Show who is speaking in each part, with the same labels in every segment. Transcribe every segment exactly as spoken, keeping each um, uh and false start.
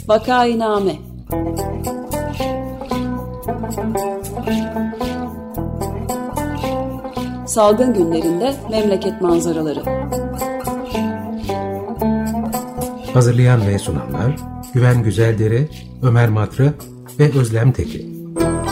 Speaker 1: Vakainame. Salgın günlerinde memleket manzaraları.
Speaker 2: Hazırlayan ve sunanlar Güven Güzeldere, Ömer Madra ve Özlem Tekin.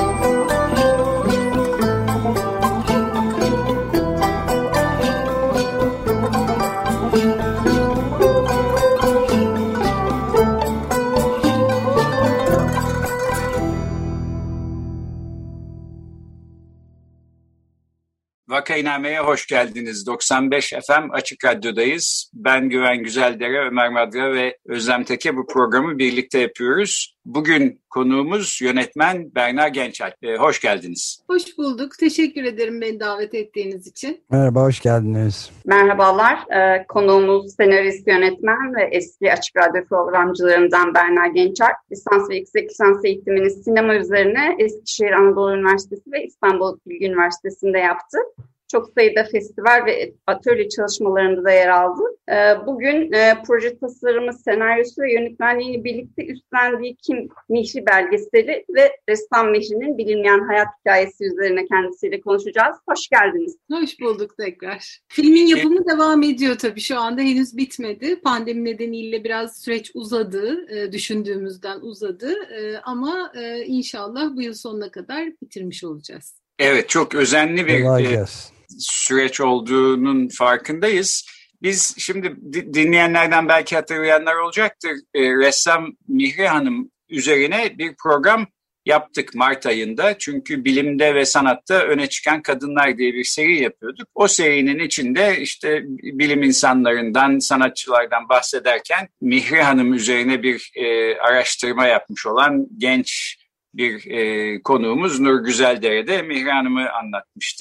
Speaker 3: Vakainame'ye hoş geldiniz. doksan beş F M Açık Radyo'dayız. Ben Güven Güzeldere, Ömer Madra ve Özlem Teke bu programı birlikte yapıyoruz. Bugün konuğumuz yönetmen Berna Gençalp. Ee, hoş geldiniz.
Speaker 4: Hoş bulduk. Teşekkür ederim beni davet ettiğiniz için.
Speaker 5: Merhaba, hoş geldiniz.
Speaker 6: Merhabalar. Ee, konuğumuz senarist, yönetmen ve eski Açık Radyo programcılarından Berna Gençalp. Lisans ve yüksek lisans eğitimini sinema üzerine Eskişehir Anadolu Üniversitesi ve İstanbul Bilgi Üniversitesi'nde yaptı. Çok sayıda festival ve atölye çalışmalarında da yer aldı. Bugün proje tasarımı, senaryosu ve yönetmenliğini birlikte üstlendiği Kim Mihri belgeseli ve Ressam Mihri'nin bilinmeyen hayat hikayesi üzerine kendisiyle konuşacağız. Hoş geldiniz.
Speaker 4: Hoş bulduk tekrar. Filmin yapımı devam ediyor tabii. Şu anda henüz bitmedi. Pandemi nedeniyle biraz süreç uzadı. Düşündüğümüzden uzadı. Ama inşallah bu yıl sonuna kadar bitirmiş olacağız.
Speaker 3: Evet, çok özenli bir e, süreç olduğunun farkındayız. Biz şimdi dinleyenlerden belki hatırlayanlar olacaktır. E, Ressam Mihri Hanım üzerine bir program yaptık Mart ayında. Çünkü bilimde ve sanatta öne çıkan kadınlar diye bir seri yapıyorduk. O serinin içinde işte bilim insanlarından, sanatçılardan bahsederken Mihri Hanım üzerine bir e, araştırma yapmış olan genç bir e, konuğumuz Nur Güzeldere'de Mihri Hanım'ı anlatmıştı.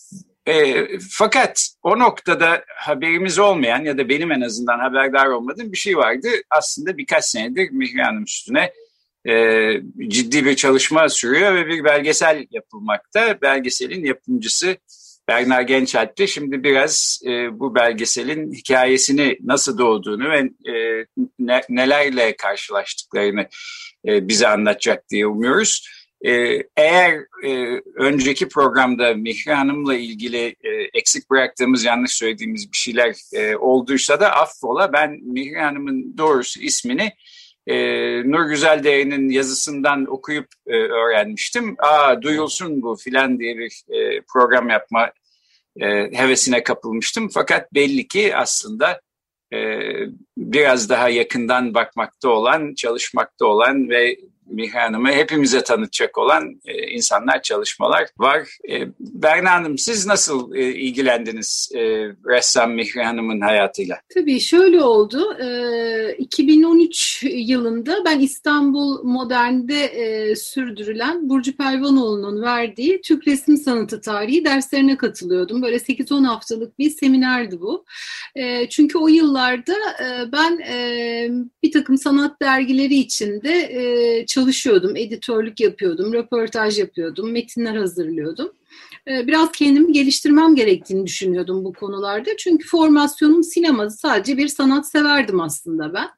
Speaker 3: E, fakat o noktada haberimiz olmayan ya da benim en azından haberdar olmadığım bir şey vardı. Aslında birkaç senedir Mihri Hanım üstüne e, ciddi bir çalışma sürüyor ve bir belgesel yapılmakta. Belgeselin yapımcısı Berna Gençalp'te. Şimdi biraz e, bu belgeselin hikayesini, nasıl doğduğunu ve e, ne, nelerle karşılaştıklarını e, bize anlatacak diye umuyoruz. E, eğer e, önceki programda Mihri Hanım'la ilgili e, eksik bıraktığımız, yanlış söylediğimiz bir şeyler e, olduysa da affola. Ben Mihri Hanım'ın doğrusu ismini e, Nur Güzeldere'nin yazısından okuyup e, öğrenmiştim. Aa, duyulsun bu filan diye bir e, program yapma e, hevesine kapılmıştım. Fakat belli ki aslında e, biraz daha yakından bakmakta olan, çalışmakta olan ve Mihri Hanım'ı hepimize tanıtacak olan e, insanlar, çalışmalar var. E, Berna Hanım, siz nasıl e, ilgilendiniz e, ressam Mihri Hanım'ın hayatıyla?
Speaker 4: Tabii şöyle oldu. E, iki bin on üç yılında ben İstanbul Modern'de e, sürdürülen Burcu Pervanoğlu'nun verdiği Türk Resim Sanatı Tarihi derslerine katılıyordum. Böyle sekiz on haftalık bir seminerdi bu. E, çünkü o yıllarda e, ben e, bir takım sanat dergileri içinde e, çalışıyordum. Çalışıyordum, editörlük yapıyordum, röportaj yapıyordum, metinler hazırlıyordum. Biraz kendimi geliştirmem gerektiğini düşünüyordum bu konularda. Çünkü formasyonum sinema, sadece bir sanatseverdim aslında ben.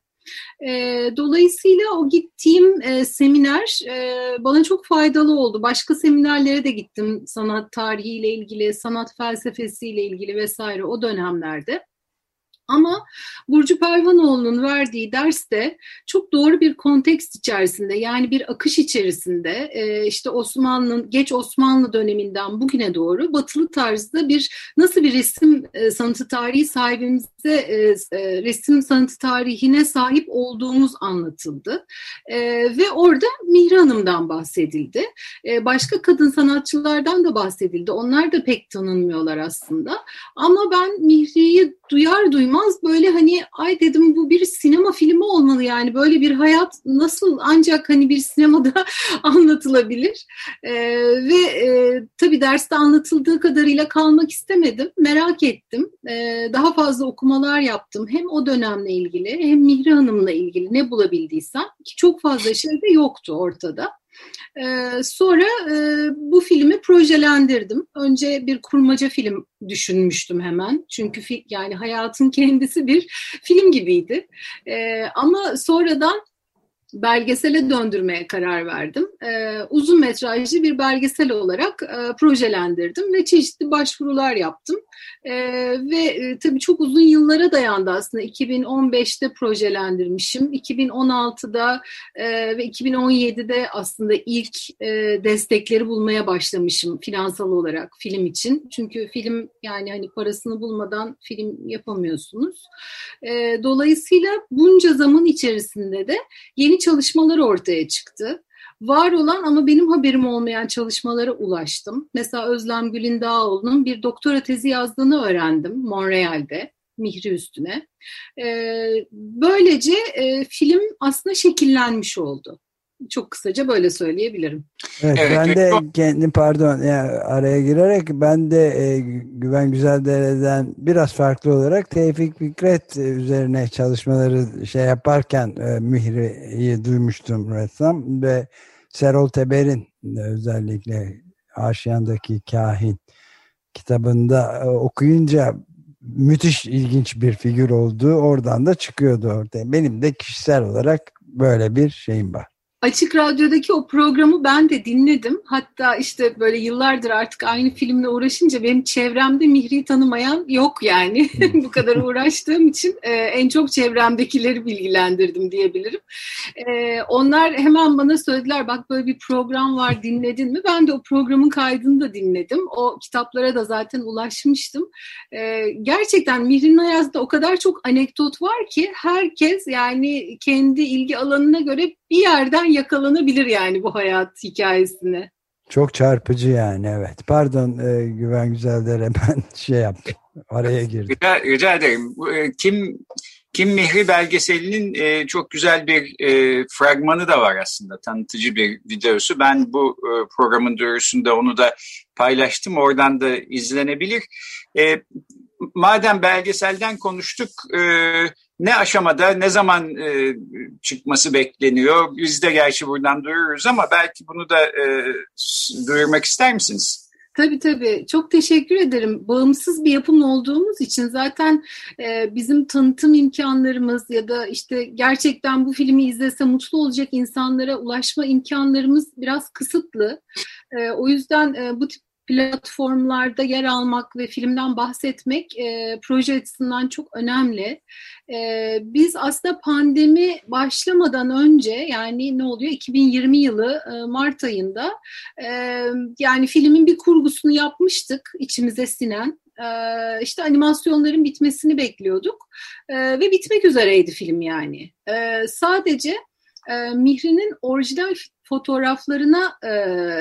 Speaker 4: Dolayısıyla o gittiğim seminer bana çok faydalı oldu. Başka seminerlere de gittim sanat tarihiyle ilgili, sanat felsefesiyle ilgili vesaire o dönemlerde. Ama Burcu Pervanoğlu'nun verdiği derste çok doğru bir kontekst içerisinde, yani bir akış içerisinde işte Osmanlı, geç Osmanlı döneminden bugüne doğru batılı tarzda bir nasıl bir resim sanatı tarihi sahibimize, resim sanatı tarihine sahip olduğumuz anlatıldı. Ve orada Mihri Hanım'dan bahsedildi. Başka kadın sanatçılardan da bahsedildi. Onlar da pek tanınmıyorlar aslında. Ama ben Mihri'yi duyar duymaz böyle hani ay dedim, bu bir sinema filmi olmalı, yani böyle bir hayat nasıl ancak hani bir sinemada anlatılabilir. Ee, ve e, tabii derste anlatıldığı kadarıyla kalmak istemedim, merak ettim. Ee, daha fazla okumalar yaptım, hem o dönemle ilgili hem Mihri Hanım'la ilgili ne bulabildiysem, ki çok fazla şey de yoktu ortada. Ee, sonra e, bu filmi projelendirdim. Önce bir kurmaca film düşünmüştüm hemen. Çünkü fi, yani hayatın kendisi bir film gibiydi. Ee, ama sonradan belgesele döndürmeye karar verdim. Ee, uzun metrajlı bir belgesel olarak e, projelendirdim ve çeşitli başvurular yaptım. Ee, ve e, tabii çok uzun yıllara dayandı aslında. iki bin on beşte projelendirmişim. iki bin on altıda e, ve iki bin on yedide aslında ilk e, destekleri bulmaya başlamışım finansal olarak film için. Çünkü film yani hani parasını bulmadan film yapamıyorsunuz. E, dolayısıyla bunca zaman içerisinde de yeni çalışmalar ortaya çıktı. Var olan ama benim haberim olmayan çalışmalara ulaştım. Mesela Özlem Gülindağoğlu'nun bir doktora tezi yazdığını öğrendim Montreal'de, Mihri üstüne. Ee, böylece e, film aslında şekillenmiş oldu. Çok kısaca böyle söyleyebilirim.
Speaker 5: Evet, evet ben de kendim pardon yani araya girerek ben de e, Güven Güzeldere'den biraz farklı olarak Tevfik Fikret üzerine çalışmaları şey yaparken e, Mihri'yi duymuştum ressam ve Serol Teber'in özellikle Aşiyan'daki Kahin kitabında e, okuyunca müthiş ilginç bir figür olduğu oradan da çıkıyordu ortaya. Benim de kişisel olarak böyle bir şeyim var.
Speaker 4: Açık Radyo'daki o programı ben de dinledim. Hatta işte böyle yıllardır artık aynı filmle uğraşınca benim çevremde Mihri'yi tanımayan yok yani. Bu kadar uğraştığım için e, en çok çevremdekileri bilgilendirdim diyebilirim. E, onlar hemen bana söylediler bak böyle bir program var dinledin mi? Ben de o programın kaydını da dinledim. O kitaplara da zaten ulaşmıştım. E, gerçekten Mihri'nin hayatında o kadar çok anekdot var ki herkes yani kendi ilgi alanına göre bir yerden yakalanabilir yani bu hayat hikayesine.
Speaker 5: Çok çarpıcı yani evet. Pardon e, Güven Güzeldere ben şey yaptım. Araya girdim.
Speaker 3: Rica, rica ederim. Kim Kim Mihri belgeselinin e, çok güzel bir e, fragmanı da var aslında. Tanıtıcı bir videosu. Ben bu e, programın duyurusunda onu da paylaştım. Oradan da izlenebilir. E, madem belgeselden konuştuk, e, ne aşamada, ne zaman e, çıkması bekleniyor? Biz de gerçi buradan duyururuz ama belki bunu da e, duyurmak ister misiniz?
Speaker 4: Tabii tabii. Çok teşekkür ederim. Bağımsız bir yapım olduğumuz için zaten e, bizim tanıtım imkanlarımız ya da işte gerçekten bu filmi izlese mutlu olacak insanlara ulaşma imkanlarımız biraz kısıtlı. E, o yüzden e, bu tip platformlarda yer almak ve filmden bahsetmek e, proje açısından çok önemli. E, biz aslında pandemi başlamadan önce yani ne oluyor iki bin yirmi yılı e, Mart ayında e, yani filmin bir kurgusunu yapmıştık içimize sinen. E, işte animasyonların bitmesini bekliyorduk e, ve bitmek üzereydi film yani. E, sadece e, Mihri'nin orijinal fotoğraflarına e,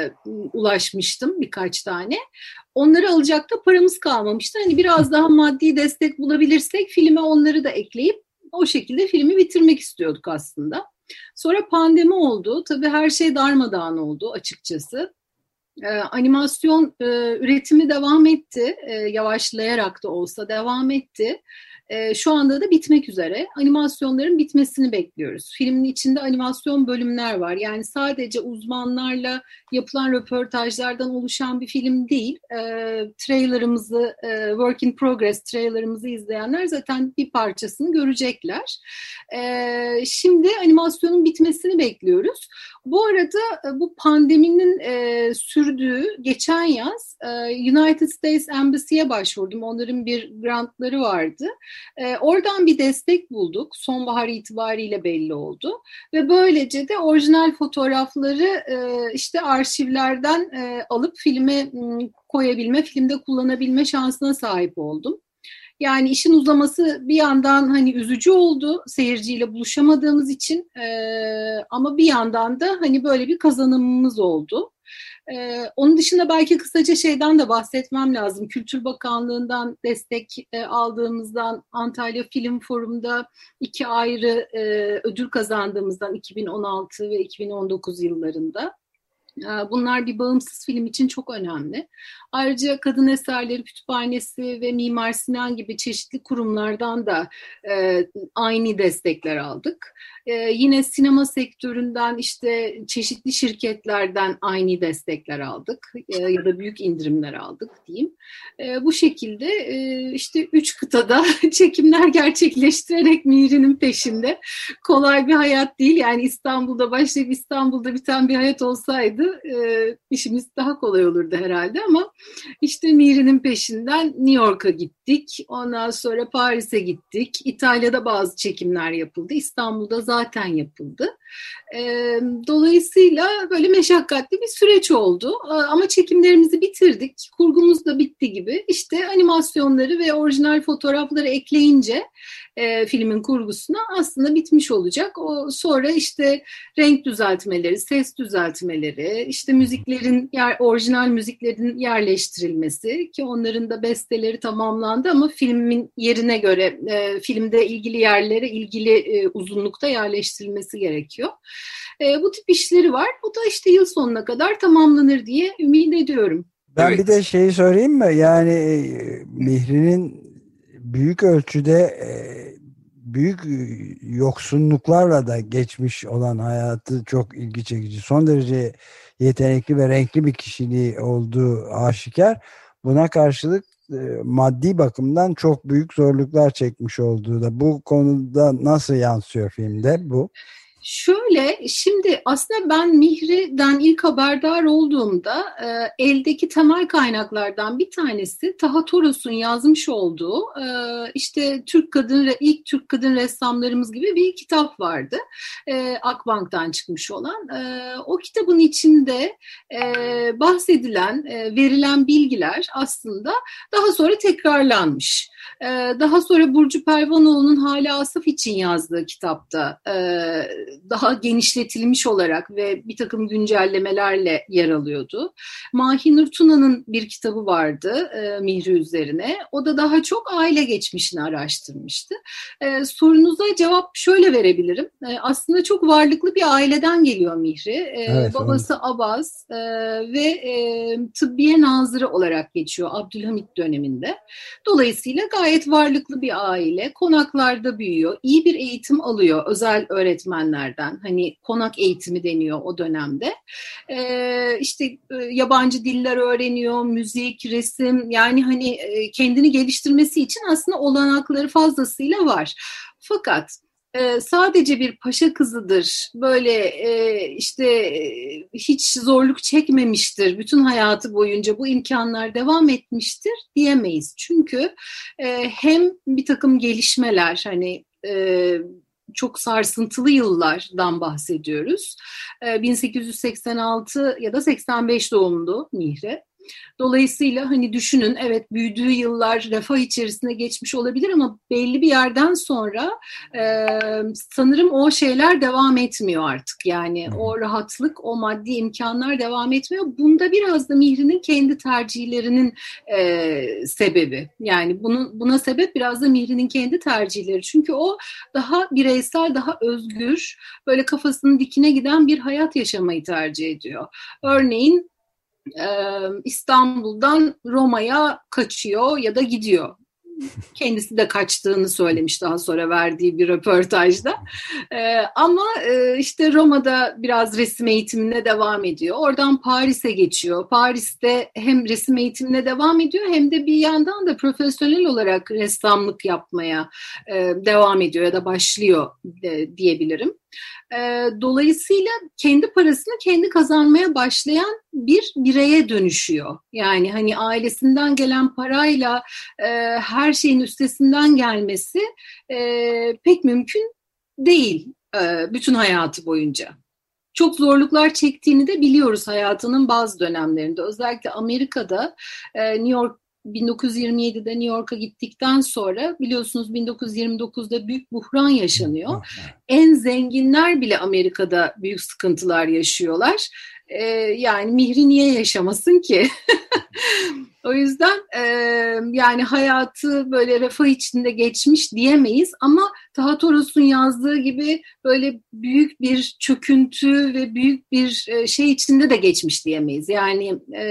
Speaker 4: ulaşmıştım birkaç tane. Onları alacak da paramız kalmamıştı. Hani biraz daha maddi destek bulabilirsek filme onları da ekleyip o şekilde filmi bitirmek istiyorduk aslında. Sonra pandemi oldu. Tabii her şey darmadağın oldu açıkçası. Ee, animasyon e, üretimi devam etti. E, yavaşlayarak da olsa devam etti. E, şu anda da bitmek üzere. Animasyonların bitmesini bekliyoruz. Filmin içinde animasyon bölümler var. Yani sadece uzmanlarla yapılan röportajlardan oluşan bir film değil. E, trailerımızı, e, work in progress trailerımızı izleyenler zaten bir parçasını görecekler. E, şimdi animasyonun bitmesini bekliyoruz. Bu arada bu pandeminin e, sürdüğü geçen yaz e, United States Embassy'ye başvurdum. Onların bir grantları vardı. E, oradan bir destek bulduk. Sonbahar itibariyle belli oldu. Ve böylece de orijinal fotoğrafları e, işte arşivlerden e, alıp filme m, koyabilme, filmde kullanabilme şansına sahip oldum. Yani işin uzaması bir yandan hani üzücü oldu seyirciyle buluşamadığımız için e, ama bir yandan da hani böyle bir kazanımımız oldu. E, onun dışında belki kısaca şeyden de bahsetmem lazım. Kültür Bakanlığı'ndan destek e, aldığımızdan Antalya Film Forum'da iki ayrı e, ödül kazandığımızdan iki bin on altı ve iki bin on dokuz yıllarında. Bunlar bir bağımsız film için çok önemli. Ayrıca Kadın Eserleri Kütüphanesi ve Mimar Sinan gibi çeşitli kurumlardan da e, aynı destekler aldık. E, yine sinema sektöründen işte çeşitli şirketlerden aynı destekler aldık e, ya da büyük indirimler aldık diyeyim. E, bu şekilde e, işte üç kıtada çekimler gerçekleştirerek Mihri'nin peşinde. Kolay bir hayat değil. Yani İstanbul'da başlayıp İstanbul'da biten bir hayat olsaydı e, işimiz daha kolay olurdu herhalde ama işte Mihri'nin peşinden New York'a gittik. Ondan sonra Paris'e gittik. İtalya'da bazı çekimler yapıldı. İstanbul'da zaten yapıldı. E, dolayısıyla böyle meşakkatli bir süreç oldu. E, ama çekimlerimizi bitirdik. Kurgumuz da bitti gibi. İşte animasyonları ve orijinal fotoğrafları ekleyince e, filmin kurgusuna aslında bitmiş olacak. O sonra işte renk düzeltmeleri, ses düzeltmeleri, işte müziklerin, yer, orijinal müziklerin yerleştirilmesi ki onların da besteleri tamamlandı ama filmin yerine göre e, filmde ilgili yerlere ilgili e, uzunlukta yerleştirilmesi gerekiyor. E, bu tip işleri var. Bu da işte yıl sonuna kadar tamamlanır diye ümit ediyorum.
Speaker 5: Ben
Speaker 3: evet.
Speaker 5: bir de şeyi söyleyeyim mi? Yani e, Mihri'nin büyük ölçüde e, büyük yoksunluklarla da geçmiş olan hayatı çok ilgi çekici. Son derece yetenekli ve renkli bir kişiliği olduğu aşikar. Buna karşılık e, maddi bakımdan çok büyük zorluklar çekmiş olduğu da bu konuda nasıl yansıyor filmde bu?
Speaker 4: Şöyle, şimdi aslında ben Mihri'den ilk haberdar olduğumda e, eldeki temel kaynaklardan bir tanesi Taha Toros'un yazmış olduğu e, işte Türk kadın ilk Türk kadın ressamlarımız gibi bir kitap vardı. E, Akbank'tan çıkmış olan. E, o kitabın içinde e, bahsedilen, e, verilen bilgiler aslında daha sonra tekrarlanmış. E, daha sonra Burcu Pervanoğlu'nun Hale Asaf için yazdığı kitapta e, daha genişletilmiş olarak ve bir takım güncellemelerle yer alıyordu. Mahinur Tuna'nın bir kitabı vardı e, Mihri üzerine. O da daha çok aile geçmişini araştırmıştı. E, sorunuza cevap şöyle verebilirim. E, aslında çok varlıklı bir aileden geliyor Mihri. E, evet, babası onu... Abbas e, ve e, tıbbiye nazırı olarak geçiyor Abdülhamit döneminde. Dolayısıyla gayet varlıklı bir aile. Konaklarda büyüyor. İyi bir eğitim alıyor özel öğretmenler. Hani konak eğitimi deniyor o dönemde. Ee, işte e, yabancı diller öğreniyor, müzik, resim, yani hani e, kendini geliştirmesi için aslında olanakları fazlasıyla var. Fakat e, sadece bir paşa kızıdır, böyle e, işte e, hiç zorluk çekmemiştir, bütün hayatı boyunca bu imkanlar devam etmiştir diyemeyiz. Çünkü e, hem bir takım gelişmeler, hani e, çok sarsıntılı yıllardan bahsediyoruz. bin sekiz yüz seksen altı ya da seksen beş doğumlu Mihri. Dolayısıyla hani düşünün, evet büyüdüğü yıllar refah içerisinde geçmiş olabilir ama belli bir yerden sonra e, sanırım o şeyler devam etmiyor artık. Yani o rahatlık, o maddi imkanlar devam etmiyor. Bunda biraz da Mihri'nin kendi tercihlerinin e, sebebi. Yani bunun, buna sebep biraz da Mihri'nin kendi tercihleri. Çünkü o daha bireysel, daha özgür, böyle kafasının dikine giden bir hayat yaşamayı tercih ediyor. Örneğin İstanbul'dan Roma'ya kaçıyor ya da gidiyor. Kendisi de kaçtığını söylemiş daha sonra verdiği bir röportajda. Ee, ama e, işte Roma'da biraz resim eğitimine devam ediyor. Oradan Paris'e geçiyor. Paris'te hem resim eğitimine devam ediyor hem de bir yandan da profesyonel olarak ressamlık yapmaya e, devam ediyor ya da başlıyor e, diyebilirim. E, dolayısıyla kendi parasını kendi kazanmaya başlayan bir bireye dönüşüyor. Yani hani ailesinden gelen parayla e, her şeyin üstesinden gelmesi e, pek mümkün değil e, bütün hayatı boyunca. Çok zorluklar çektiğini de biliyoruz hayatının bazı dönemlerinde. Özellikle Amerika'da e, New York bin dokuz yüz yirmi yedide New York'a gittikten sonra biliyorsunuz bin dokuz yüz yirmi dokuzda büyük buhran yaşanıyor. En zenginler bile Amerika'da büyük sıkıntılar yaşıyorlar. E, yani Mihri niye yaşamasın ki? O yüzden e, yani hayatı böyle refah içinde geçmiş diyemeyiz ama Taha Toros'un yazdığı gibi böyle büyük bir çöküntü ve büyük bir e, şey içinde de geçmiş diyemeyiz. Yani e,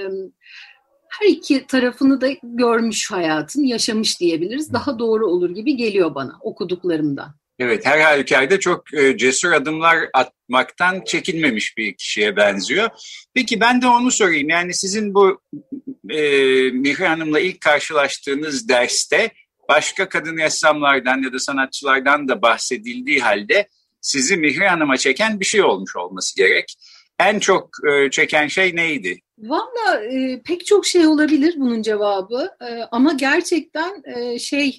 Speaker 4: her iki tarafını da görmüş hayatın, yaşamış diyebiliriz. Daha doğru olur gibi geliyor bana okuduklarımdan.
Speaker 3: Evet, her halükarda çok e, cesur adımlar atmaktan çekinmemiş bir kişiye benziyor. Peki ben de onu sorayım. Yani sizin bu e, Mihri Hanım'la ilk karşılaştığınız derste başka kadın ressamlardan ya da sanatçılardan da bahsedildiği halde sizi Mihri Hanım'a çeken bir şey olmuş olması gerek. En çok e, çeken şey neydi?
Speaker 4: Valla e, pek çok şey olabilir bunun cevabı e, ama gerçekten e, şey...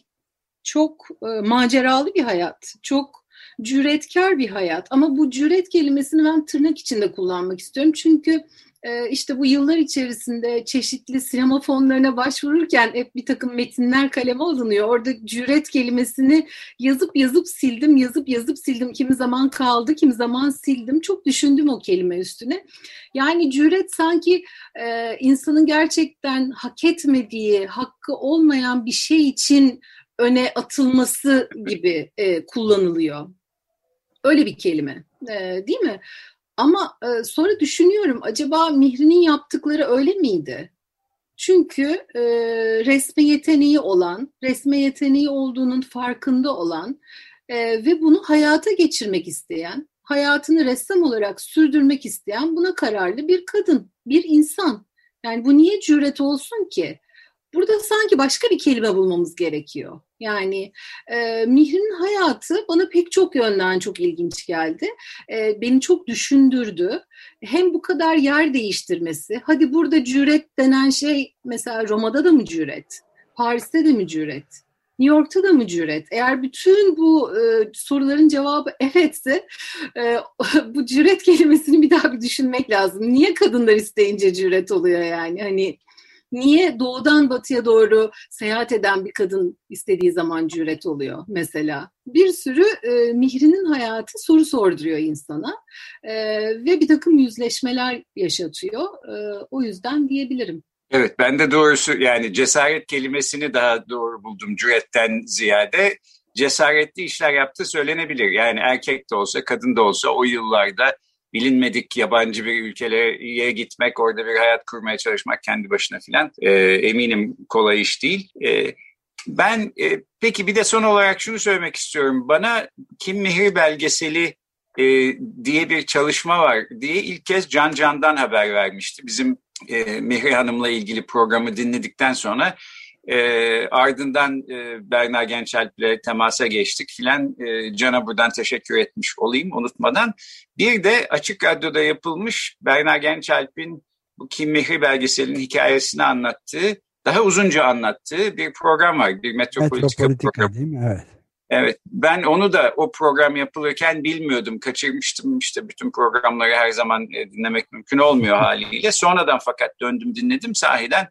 Speaker 4: Çok e, maceralı bir hayat, çok cüretkar bir hayat. Ama bu cüret kelimesini ben tırnak içinde kullanmak istiyorum. Çünkü e, işte bu yıllar içerisinde çeşitli sinema fonlarına başvururken hep bir takım metinler kaleme alınıyor. Orada cüret kelimesini yazıp yazıp sildim, yazıp yazıp sildim. Kimi zaman kaldı, kimi zaman sildim. Çok düşündüm o kelime üstüne. Yani cüret sanki e, insanın gerçekten hak etmediği, hakkı olmayan bir şey için öne atılması gibi e, kullanılıyor. Öyle bir kelime, e, değil mi? Ama e, sonra düşünüyorum, acaba Mihri'nin yaptıkları öyle miydi? Çünkü e, resme yeteneği olan, resme yeteneği olduğunun farkında olan e, ve bunu hayata geçirmek isteyen, hayatını ressam olarak sürdürmek isteyen buna kararlı bir kadın, bir insan. Yani bu niye cüret olsun ki? Burada sanki başka bir kelime bulmamız gerekiyor. Yani e, Mihri'nin hayatı bana pek çok yönden çok ilginç geldi. E, beni çok düşündürdü. Hem bu kadar yer değiştirmesi, hadi burada cüret denen şey mesela Roma'da da mı cüret? Paris'te de mi cüret? New York'ta da mı cüret? Eğer bütün bu e, soruların cevabı evetse e, bu cüret kelimesini bir daha bir düşünmek lazım. Niye kadınlar isteyince cüret oluyor yani? Hani niye doğudan batıya doğru seyahat eden bir kadın istediği zaman cüret oluyor mesela? Bir sürü e, Mihri'nin hayatı soru sorduruyor insana e, ve bir takım yüzleşmeler yaşatıyor. E, o yüzden diyebilirim.
Speaker 3: Evet, ben de doğrusu yani cesaret kelimesini daha doğru buldum cüretten ziyade. Cesaretli işler yaptığı söylenebilir. Yani erkek de olsa, kadın da olsa o yıllarda bilinmedik yabancı bir ülkeye gitmek, orada bir hayat kurmaya çalışmak kendi başına filan e, eminim kolay iş değil. E, ben e, peki bir de son olarak şunu söylemek istiyorum. Bana Kim Mihri belgeseli e, diye bir çalışma var diye ilk kez Can Can'dan haber vermişti. Bizim e, Mihri Hanım'la ilgili programı dinledikten sonra E, ardından e, Berna Gençalp'le temasa geçtik filan. E, Can'a buradan teşekkür etmiş olayım unutmadan. Bir de Açık Radyo'da yapılmış Berna Gençalp'in bu Kim Mihri belgeselinin hikayesini anlattığı, daha uzunca anlattığı bir program var. Bir Metropolitika,
Speaker 5: Metropolitika
Speaker 3: programı.
Speaker 5: Değil mi? Evet.
Speaker 3: Evet, ben onu da o program yapılırken bilmiyordum, kaçırmıştım. İşte bütün programları her zaman e, dinlemek mümkün olmuyor haliyle. Sonradan fakat döndüm dinledim, sahiden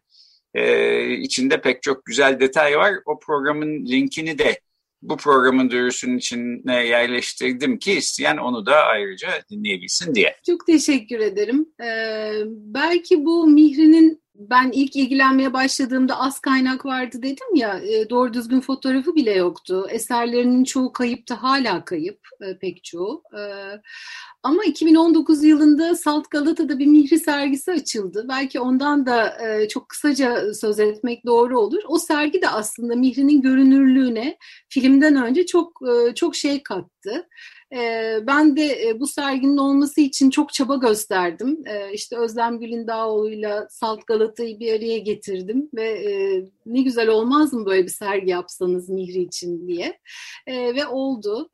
Speaker 3: Ee, içinde pek çok güzel detay var. O programın linkini de bu programın duyurusunun içine yerleştirdim ki isteyen onu da ayrıca dinleyebilsin diye.
Speaker 4: Çok teşekkür ederim. Ee, belki bu Mihri'nin ben ilk ilgilenmeye başladığımda az kaynak vardı dedim ya, e, doğru düzgün fotoğrafı bile yoktu. Eserlerinin çoğu kayıptı, hala kayıp e, pek çoğu. E, ama iki bin on dokuz yılında Salt Galata'da bir Mihri sergisi açıldı. Belki ondan da e, çok kısaca söz etmek doğru olur. O sergi de aslında Mihri'nin görünürlüğüne filmden önce çok e, çok şey kattı. Ben de bu serginin olması için çok çaba gösterdim. İşte Özlem Gül'ündağoğlu'yla Salt Galata'yı bir araya getirdim ve ne güzel olmaz mı böyle bir sergi yapsanız Mihri için diye. Ve oldu.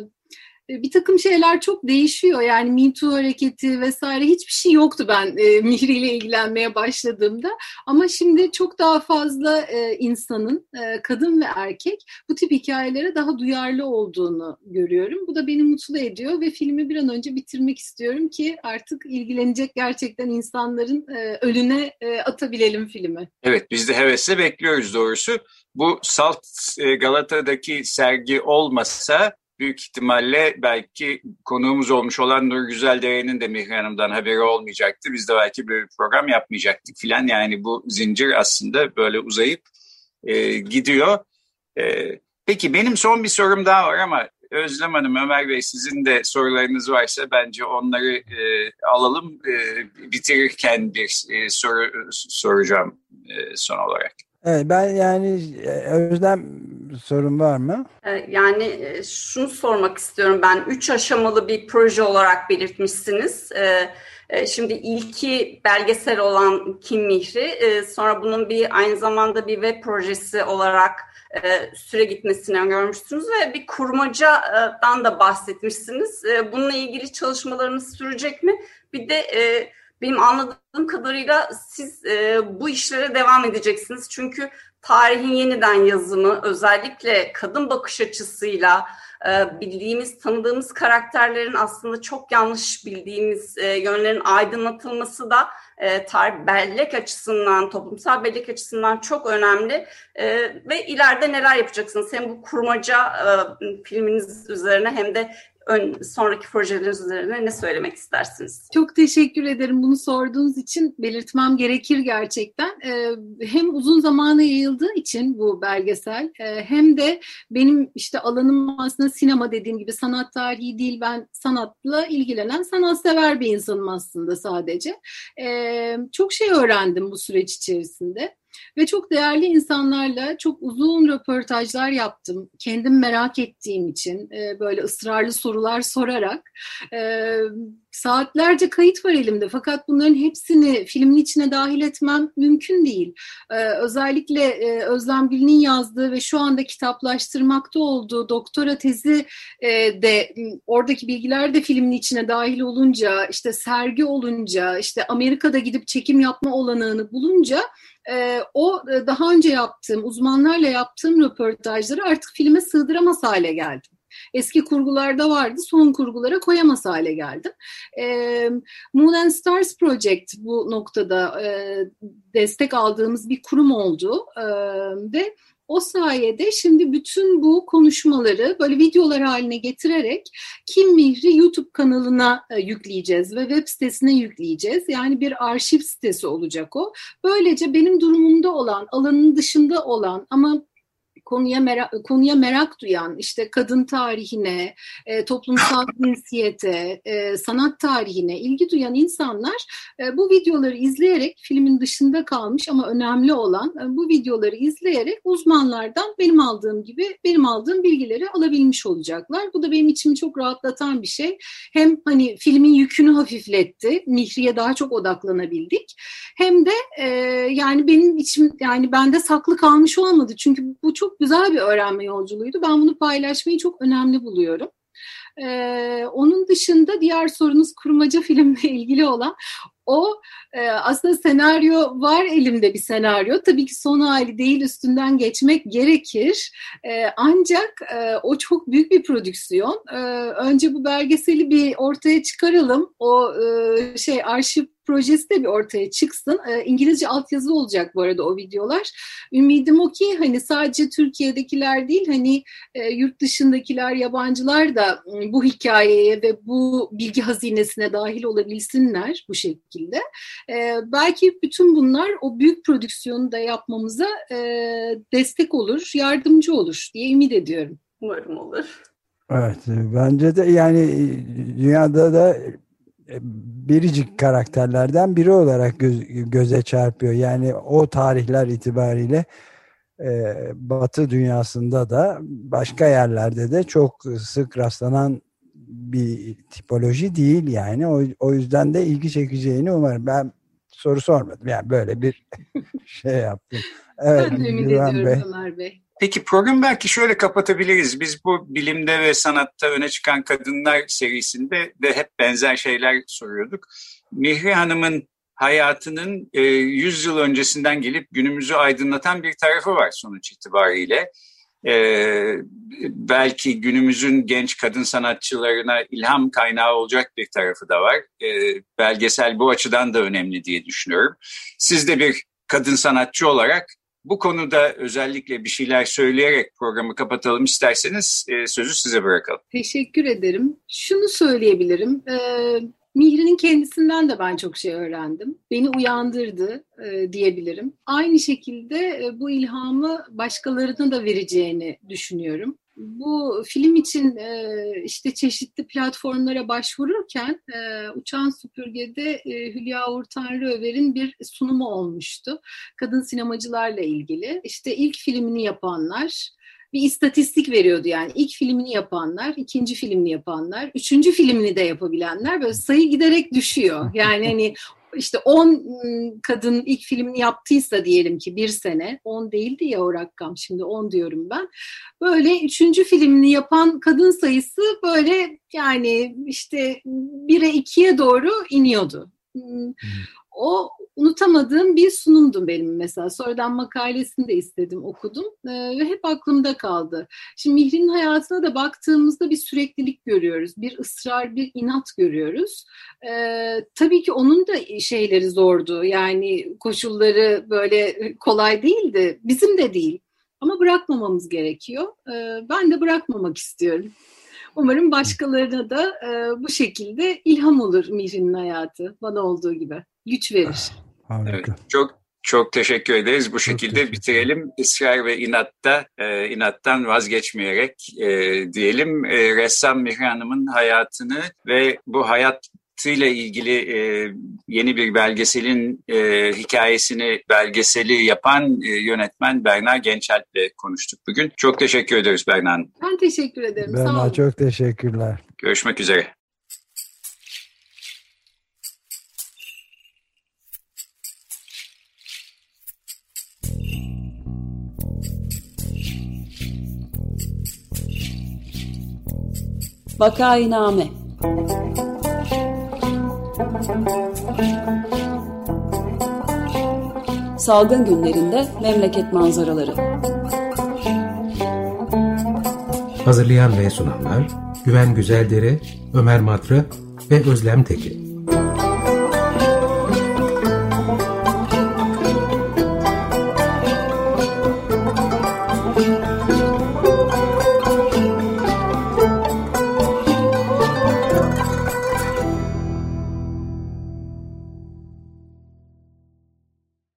Speaker 4: Bir takım şeyler çok değişiyor. Yani Me Too hareketi vesaire hiçbir şey yoktu ben e, Mihri ile ilgilenmeye başladığımda. Ama şimdi çok daha fazla e, insanın, e, kadın ve erkek bu tip hikayelere daha duyarlı olduğunu görüyorum. Bu da beni mutlu ediyor ve filmi bir an önce bitirmek istiyorum ki artık ilgilenecek gerçekten insanların e, önüne e, atabilelim filmi.
Speaker 3: Evet, biz de hevesle bekliyoruz doğrusu. Bu Salt e, Galata'daki sergi olmasa büyük ihtimalle belki konuğumuz olmuş olan Nur Güzeldere'nin de Mihri Hanım'dan haberi olmayacaktı. Biz de belki böyle bir program yapmayacaktık filan. Yani bu zincir aslında böyle uzayıp e, gidiyor. E, peki benim son bir sorum daha var ama Özlem Hanım, Ömer Bey, sizin de sorularınız varsa bence onları e, alalım. E, bitirirken bir e, soru soracağım e, son olarak.
Speaker 5: Evet, ben yani Özlem, sorun var mı?
Speaker 6: Yani şunu sormak istiyorum ben. Üç aşamalı bir proje olarak belirtmişsiniz. Şimdi ilki belgesel olan Kim Mihri, sonra bunun bir aynı zamanda bir web projesi olarak süre gitmesini öngörmüşsünüz ve bir kurmacadan da bahsetmişsiniz. Bununla ilgili çalışmalarınız sürecek mi? Bir de benim anladığım kadarıyla siz bu işlere devam edeceksiniz. Çünkü tarihin yeniden yazımı, özellikle kadın bakış açısıyla bildiğimiz, tanıdığımız karakterlerin aslında çok yanlış bildiğimiz yönlerin aydınlatılması da tarih bellek açısından, toplumsal bellek açısından çok önemli. Ve ileride neler yapacaksınız? Hem bu kurmaca filminiz üzerine hem de ön, sonraki projeleriniz üzerine ne söylemek istersiniz?
Speaker 4: Çok teşekkür ederim bunu sorduğunuz için. Belirtmem gerekir gerçekten. Ee, hem uzun zamana yayıldığı için bu belgesel e, hem de benim işte alanım aslında sinema, dediğim gibi sanat tarihi değil. Ben sanatla ilgilenen, sanatsever bir insanım aslında sadece. Ee, çok şey öğrendim bu süreç içerisinde. Ve çok değerli insanlarla çok uzun röportajlar yaptım. Kendim merak ettiğim için e, böyle ısrarlı sorular sorarak. E, saatlerce kayıt var elimde fakat bunların hepsini filmin içine dahil etmem mümkün değil. E, özellikle e, Özlem Gül'ün yazdığı ve şu anda kitaplaştırmakta olduğu doktora tezi e, de oradaki bilgiler de filmin içine dahil olunca, işte sergi olunca, işte Amerika'da gidip çekim yapma olanağını bulunca Ee, o daha önce yaptığım, uzmanlarla yaptığım röportajları artık filme sığdıramaz hale geldim. Eski kurgularda vardı, son kurgulara koyamaz hale geldim. Ee, Moon and Stars Project bu noktada e, destek aldığımız bir kurum oldu ee, ve o sayede şimdi bütün bu konuşmaları böyle videolar haline getirerek Kim Mihri YouTube kanalına e, yükleyeceğiz ve web sitesine yükleyeceğiz. Yani bir arşiv sitesi olacak o. Böylece benim durumumda olan, alanın dışında olan ama konuya merak, konuya merak duyan, işte kadın tarihine, e, toplumsal cinsiyete, e, sanat tarihine ilgi duyan insanlar e, bu videoları izleyerek, filmin dışında kalmış ama önemli olan e, bu videoları izleyerek uzmanlardan benim aldığım gibi benim aldığım bilgileri alabilmiş olacaklar. Bu da benim içimi çok rahatlatan bir şey. Hem hani filmin yükünü hafifletti, Mihri'ye daha çok odaklanabildik. Hem de e, yani benim içim, yani bende saklı kalmış olmadı. Çünkü bu çok güzel bir öğrenme yolculuğuydu. Ben bunu paylaşmayı çok önemli buluyorum. Ee, onun dışında diğer sorunuz kurmaca filmle ilgili olan o e, aslında senaryo var, elimde bir senaryo. Tabii ki son hali değil, üstünden geçmek gerekir. E, ancak e, o çok büyük bir prodüksiyon. E, önce bu belgeseli bir ortaya çıkaralım. O e, şey arşiv projesi de bir ortaya çıksın. E, İngilizce altyazı olacak bu arada o videolar. Ümidim o ki hani sadece Türkiye'dekiler değil, hani e, yurt dışındakiler, yabancılar da e, bu hikayeye ve bu bilgi hazinesine dahil olabilsinler bu şekilde. Ee, belki bütün bunlar o büyük prodüksiyonu da yapmamıza e, destek olur, yardımcı olur diye ümit ediyorum.
Speaker 6: Umarım olur.
Speaker 5: Evet, bence de yani dünyada da biricik karakterlerden biri olarak göz, göze çarpıyor. Yani o tarihler itibariyle e, Batı dünyasında da başka yerlerde de çok sık rastlanan bir tipoloji değil yani. O, o yüzden de ilgi çekeceğini umarım. Ben soru sormadım. Yani böyle bir şey yaptım. Evet,
Speaker 4: ben de ümit ediyorum Bey. Ömer Bey.
Speaker 3: Peki programı belki şöyle kapatabiliriz. Biz bu bilimde ve sanatta öne çıkan kadınlar serisinde de hep benzer şeyler soruyorduk. Mihri Hanım'ın hayatının e, yüz yıl öncesinden gelip günümüzü aydınlatan bir tarafı var sonuç itibariyle. Ee, belki günümüzün genç kadın sanatçılarına ilham kaynağı olacak bir tarafı da var. Ee, belgesel bu açıdan da önemli diye düşünüyorum. Siz de bir kadın sanatçı olarak Bu konuda özellikle bir şeyler söyleyerek programı kapatalım isterseniz e, sözü size bırakalım.
Speaker 4: Teşekkür ederim. Şunu söyleyebilirim. Ee, Mihri'nin kendisinden de ben çok şey öğrendim. Beni uyandırdı e, diyebilirim. Aynı şekilde e, bu ilhamı başkalarına da vereceğini düşünüyorum. Bu film için e, işte çeşitli platformlara başvururken e, Uçan Süpürge'de e, Hülya Uğur Tanrıöver'in bir sunumu olmuştu. Kadın sinemacılarla ilgili. İşte ilk filmini yapanlar bir istatistik veriyordu yani. İlk filmini yapanlar, ikinci filmini yapanlar, üçüncü filmini de yapabilenler böyle sayı giderek düşüyor. Yani hani işte on kadın ilk filmini yaptıysa diyelim ki bir sene, on değildi ya o rakam, şimdi on diyorum ben. Böyle üçüncü filmini yapan kadın sayısı böyle yani işte bire ikiye doğru iniyordu. Hmm. O unutamadığım bir sunumdu benim mesela. Sonradan makalesini de istedim, okudum ee, ve hep aklımda kaldı. Şimdi Mihri'nin hayatına da baktığımızda bir süreklilik görüyoruz. Bir ısrar, bir inat görüyoruz. Ee, tabii ki onun da şeyleri zordu. Yani koşulları böyle kolay değildi. Bizim de değil. Ama bırakmamamız gerekiyor. Ee, ben de bırakmamak istiyorum. Umarım başkalarına da e, bu şekilde ilham olur Mihri'nin hayatı. Bana olduğu gibi. Güç verir.
Speaker 3: Evet, çok çok teşekkür ederiz. Bu şekilde bitirelim. İsrar ve inatta, e, inattan vazgeçmeyerek e, diyelim. E, ressam Mihri Hanım'ın hayatını ve bu hayatıyla ilgili e, yeni bir belgeselin e, hikayesini, belgeseli yapan e, yönetmen Berna Gençalp'le konuştuk bugün. Çok teşekkür ederiz Berna Hanım.
Speaker 4: Ben teşekkür ederim.
Speaker 5: Berna,
Speaker 4: sağ olun.
Speaker 5: Çok teşekkürler.
Speaker 3: Görüşmek üzere.
Speaker 1: Vakainame. Salgın günlerinde memleket manzaraları.
Speaker 2: Hazırlayan ve sunanlar Güven Güzeldere, Ömer Madra ve Özlem Tekin.